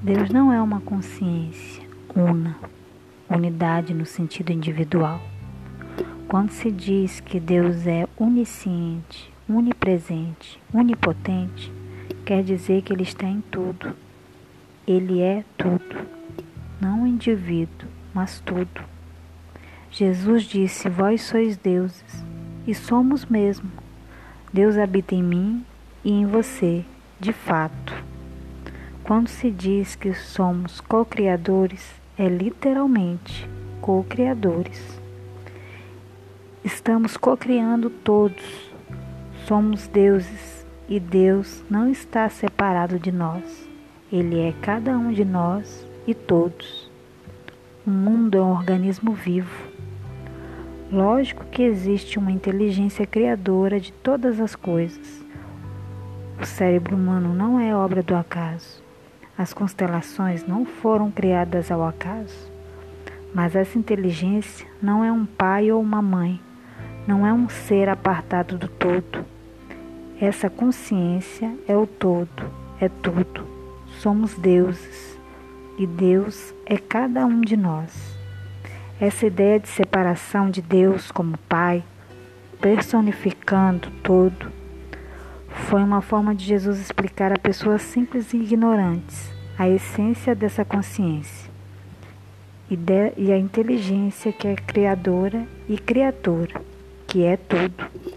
Deus não é uma consciência una, unidade no sentido individual. Quando se diz que Deus é onisciente, onipresente, onipotente, quer dizer que Ele está em tudo. Ele é tudo, não um indivíduo, mas tudo. Jesus disse: vós sois deuses, e somos mesmo. Deus habita em mim e em você, de fato. Quando se diz que somos co-criadores, é literalmente co-criadores. Estamos co-criando todos. Somos deuses e Deus não está separado de nós. Ele é cada um de nós e todos. O mundo é um organismo vivo. Lógico que existe uma inteligência criadora de todas as coisas. O cérebro humano não é obra do acaso. As constelações não foram criadas ao acaso. Mas essa inteligência não é um pai ou uma mãe. Não é um ser apartado do todo. Essa consciência é o todo, é tudo. Somos deuses e Deus é cada um de nós. Essa ideia de separação de Deus como Pai, personificando todo, foi uma forma de Jesus explicar a pessoas simples e ignorantes a essência dessa consciência e a inteligência que é criadora e criatura, que é tudo.